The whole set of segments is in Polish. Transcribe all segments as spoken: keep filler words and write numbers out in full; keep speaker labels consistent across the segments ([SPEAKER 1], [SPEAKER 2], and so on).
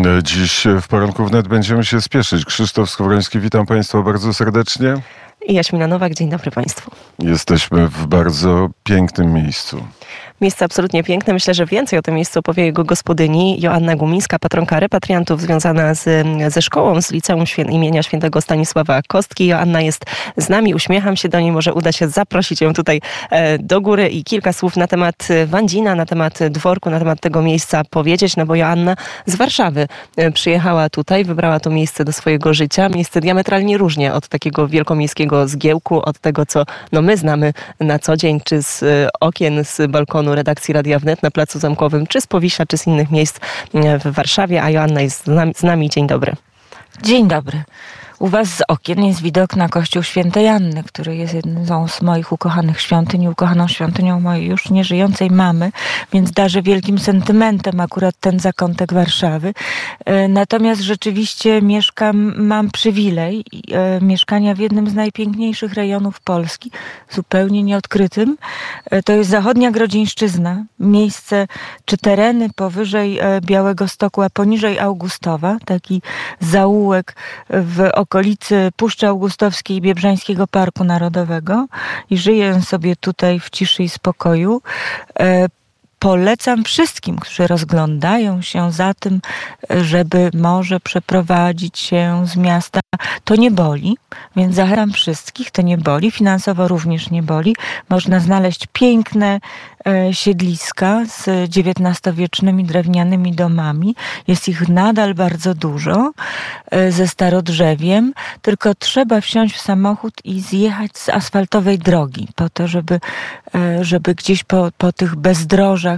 [SPEAKER 1] Dziś w Poranku Wnet będziemy się spieszyć. Krzysztof Skowroński, witam Państwa bardzo serdecznie.
[SPEAKER 2] I Jaśmina Nowak, dzień dobry Państwu.
[SPEAKER 1] Jesteśmy w bardzo pięknym miejscu.
[SPEAKER 2] Miejsce absolutnie piękne. Myślę, że więcej o tym miejscu opowie jego gospodyni Joanna Gumińska, patronka repatriantów, związana z, ze szkołą, z liceum Świę, imienia świętego Stanisława Kostki. Joanna jest z nami, uśmiecham się do niej, może uda się zaprosić ją tutaj e, do góry i kilka słów na temat Wandzina, na temat dworku, na temat tego miejsca powiedzieć, no bo Joanna z Warszawy e, przyjechała tutaj, wybrała to miejsce do swojego życia. Miejsce diametralnie różnie od takiego wielkomiejskiego zgiełku, od tego, co no, my znamy na co dzień, czy z e, okien, z balkonu redakcji Radia Wnet na Placu Zamkowym, czy z Powiśla, czy z innych miejsc w Warszawie, a Joanna jest z nami. Z nami. Dzień dobry.
[SPEAKER 3] Dzień dobry. U was z okien jest widok na kościół Świętej Anny, który jest jedną z moich ukochanych świątyń i ukochaną świątynią mojej już nieżyjącej mamy, więc darzę wielkim sentymentem akurat ten zakątek Warszawy. Natomiast rzeczywiście mieszkam, mam przywilej mieszkania w jednym z najpiękniejszych rejonów Polski, zupełnie nieodkrytym. To jest zachodnia Grodzieńszczyzna, miejsce czy tereny powyżej Białegostoku, a poniżej Augustowa, taki zaułek w okolicy Puszczy Augustowskiej i Biebrzańskiego Parku Narodowego i żyję sobie tutaj w ciszy i spokoju. E, Polecam wszystkim, którzy rozglądają się za tym, żeby może przeprowadzić się z miasta. To nie boli, więc zachęcam wszystkich, to nie boli, finansowo również nie boli. Można znaleźć piękne e, siedliska z dziewiętnastowiecznymi drewnianymi domami. Jest ich nadal bardzo dużo, e, ze starodrzewiem, tylko trzeba wsiąść w samochód i zjechać z asfaltowej drogi po to, żeby, e, żeby gdzieś po, po tych bezdrożach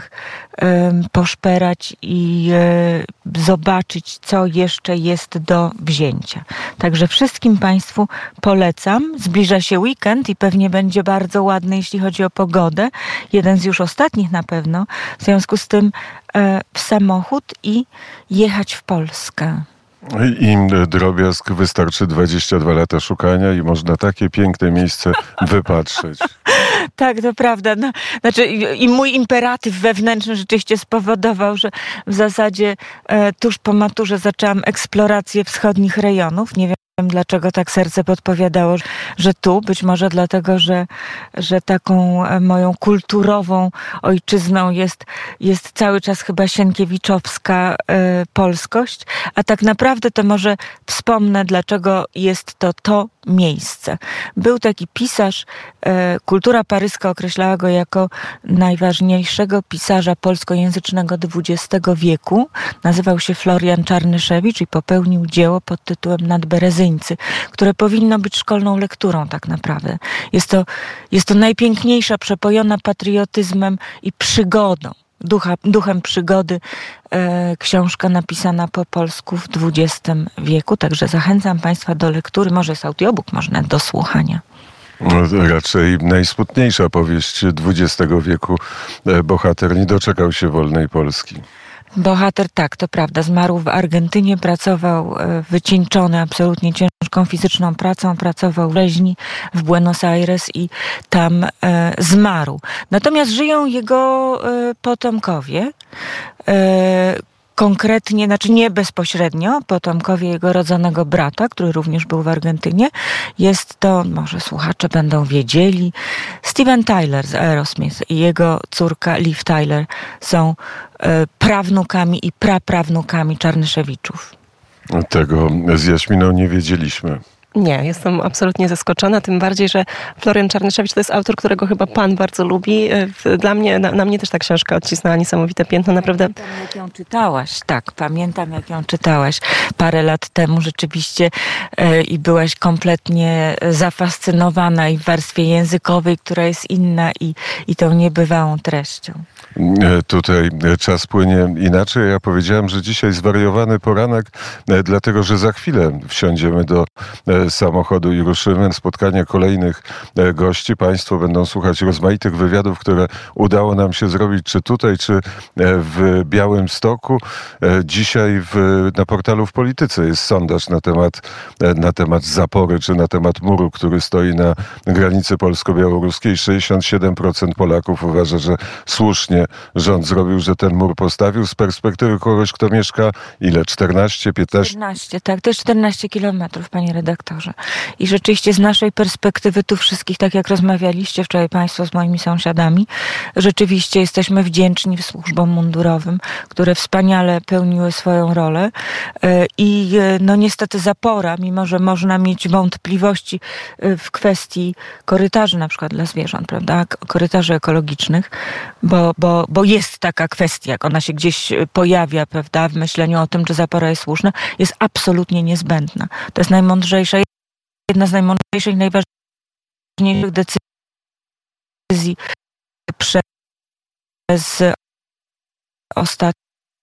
[SPEAKER 3] poszperać i zobaczyć, co jeszcze jest do wzięcia. Także wszystkim Państwu polecam. Zbliża się weekend i pewnie będzie bardzo ładny, jeśli chodzi o pogodę. Jeden z już ostatnich na pewno. W związku z tym w samochód i jechać w Polskę.
[SPEAKER 1] I drobiazg, wystarczy dwadzieścia dwa lata szukania i można takie piękne miejsce wypatrzeć.
[SPEAKER 3] Tak, to prawda. No, znaczy, i, i mój imperatyw wewnętrzny rzeczywiście spowodował, że w zasadzie e, tuż po maturze zaczęłam eksplorację wschodnich rejonów. Nie wiem, dlaczego tak serce podpowiadało, że tu, być może dlatego, że, że taką moją kulturową ojczyzną jest, jest cały czas chyba sienkiewiczowska e, polskość, a tak naprawdę to może wspomnę, dlaczego jest to to miejsce. Był taki pisarz, e, kultura paryska określała go jako najważniejszego pisarza polskojęzycznego dwudziestego wieku. Nazywał się Florian Czarnyszewicz i popełnił dzieło pod tytułem Nadberezyńcy, które powinno być szkolną lekturą tak naprawdę. Jest to, jest to najpiękniejsza, przepojona patriotyzmem i przygodą, ducha, duchem przygody e, książka napisana po polsku w dwudziestym wieku. Także zachęcam Państwa do lektury, może jest audiobook, można do słuchania.
[SPEAKER 1] No, raczej najsmutniejsza powieść dwudziestego wieku. Bohater nie doczekał się wolnej Polski.
[SPEAKER 3] Bohater, tak, to prawda, zmarł w Argentynie, pracował wycieńczony absolutnie ciężką fizyczną pracą, pracował w rzeźni w Buenos Aires i tam e, zmarł. Natomiast żyją jego e, potomkowie, e, konkretnie, znaczy nie bezpośrednio, potomkowie jego rodzonego brata, który również był w Argentynie. Jest to, może słuchacze będą wiedzieli, Steven Tyler z Aerosmith i jego córka Liv Tyler są e, prawnukami i praprawnukami Czarnyszewiczów.
[SPEAKER 1] Tego z Jaśminą nie wiedzieliśmy.
[SPEAKER 2] Nie, jestem absolutnie zaskoczona, tym bardziej, że Florian Czarnyszewicz to jest autor, którego chyba pan bardzo lubi. Dla mnie, na, na mnie też ta książka odcisnęła niesamowite piętno, naprawdę.
[SPEAKER 3] Pamiętam, jak ją czytałaś, tak, pamiętam, jak ją czytałaś parę lat temu rzeczywiście e, i byłaś kompletnie zafascynowana i w warstwie językowej, która jest inna i, i tą niebywałą treścią.
[SPEAKER 1] Tutaj czas płynie inaczej. Ja powiedziałem, że dzisiaj zwariowany poranek, dlatego że za chwilę wsiądziemy do samochodu i ruszymy. Spotkania kolejnych gości. Państwo będą słuchać rozmaitych wywiadów, które udało nam się zrobić, czy tutaj, czy w Białymstoku. Dzisiaj w, na portalu W Polityce jest sondaż na temat, na temat zapory, czy na temat muru, który stoi na granicy polsko-białoruskiej. sześćdziesiąt siedem procent Polaków uważa, że słusznie rząd zrobił, że ten mur postawił. Z perspektywy kogoś, kto mieszka ile? czternaście, piętnaście?
[SPEAKER 3] czternaście, tak. To jest czternaście kilometrów, panie redaktorze. I rzeczywiście z naszej perspektywy tu wszystkich, tak jak rozmawialiście wczoraj państwo z moimi sąsiadami, rzeczywiście jesteśmy wdzięczni służbom mundurowym, które wspaniale pełniły swoją rolę. I no niestety zapora, mimo że można mieć wątpliwości w kwestii korytarzy na przykład dla zwierząt, prawda, korytarzy ekologicznych, bo, bo, bo jest taka kwestia, jak ona się gdzieś pojawia, prawda, w myśleniu o tym, czy zapora jest słuszna, jest absolutnie niezbędna. To jest najmądrzejsza, jedna z najmądrzejszych i najważniejszych decyzji przez ostatnie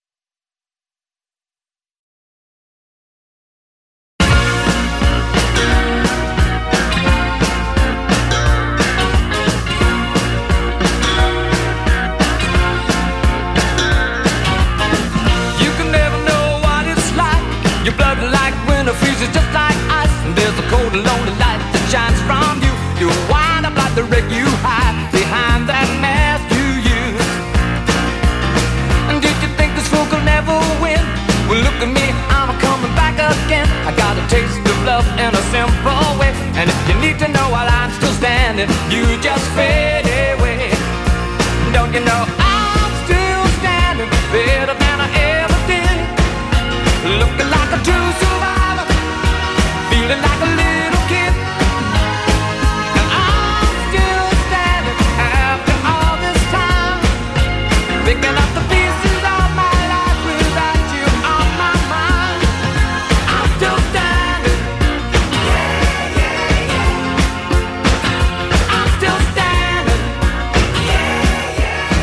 [SPEAKER 4] freezes just like ice, and there's a cold and lonely light that shines from you. You wind up like the wreck you hide behind that mask you use. And did you think this fool could never win? Well, look at me, I'm coming back again. I got a taste of love in a simple way, and if you need to know while I'm still standing, you just fade away. Don't you know I'm still standing better than I ever did, looking like a true survivor, feeling like a little kid, and I'm still standing after all this time, picking up the pieces of my life without you on my mind. I'm still standing, yeah, yeah, yeah. I'm still standing, yeah,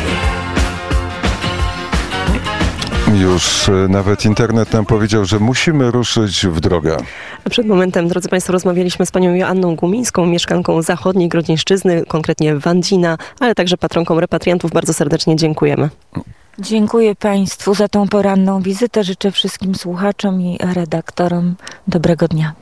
[SPEAKER 4] yeah, yeah.
[SPEAKER 1] Już nawet internet nam powiedział, że musimy ruszyć w drogę.
[SPEAKER 2] A przed momentem, drodzy państwo, rozmawialiśmy z panią Joanną Gumińską, mieszkanką zachodniej Grodzieńszczyzny, konkretnie Wandzina, ale także patronką repatriantów. Bardzo serdecznie dziękujemy.
[SPEAKER 3] Dziękuję państwu za tą poranną wizytę. Życzę wszystkim słuchaczom i redaktorom dobrego dnia.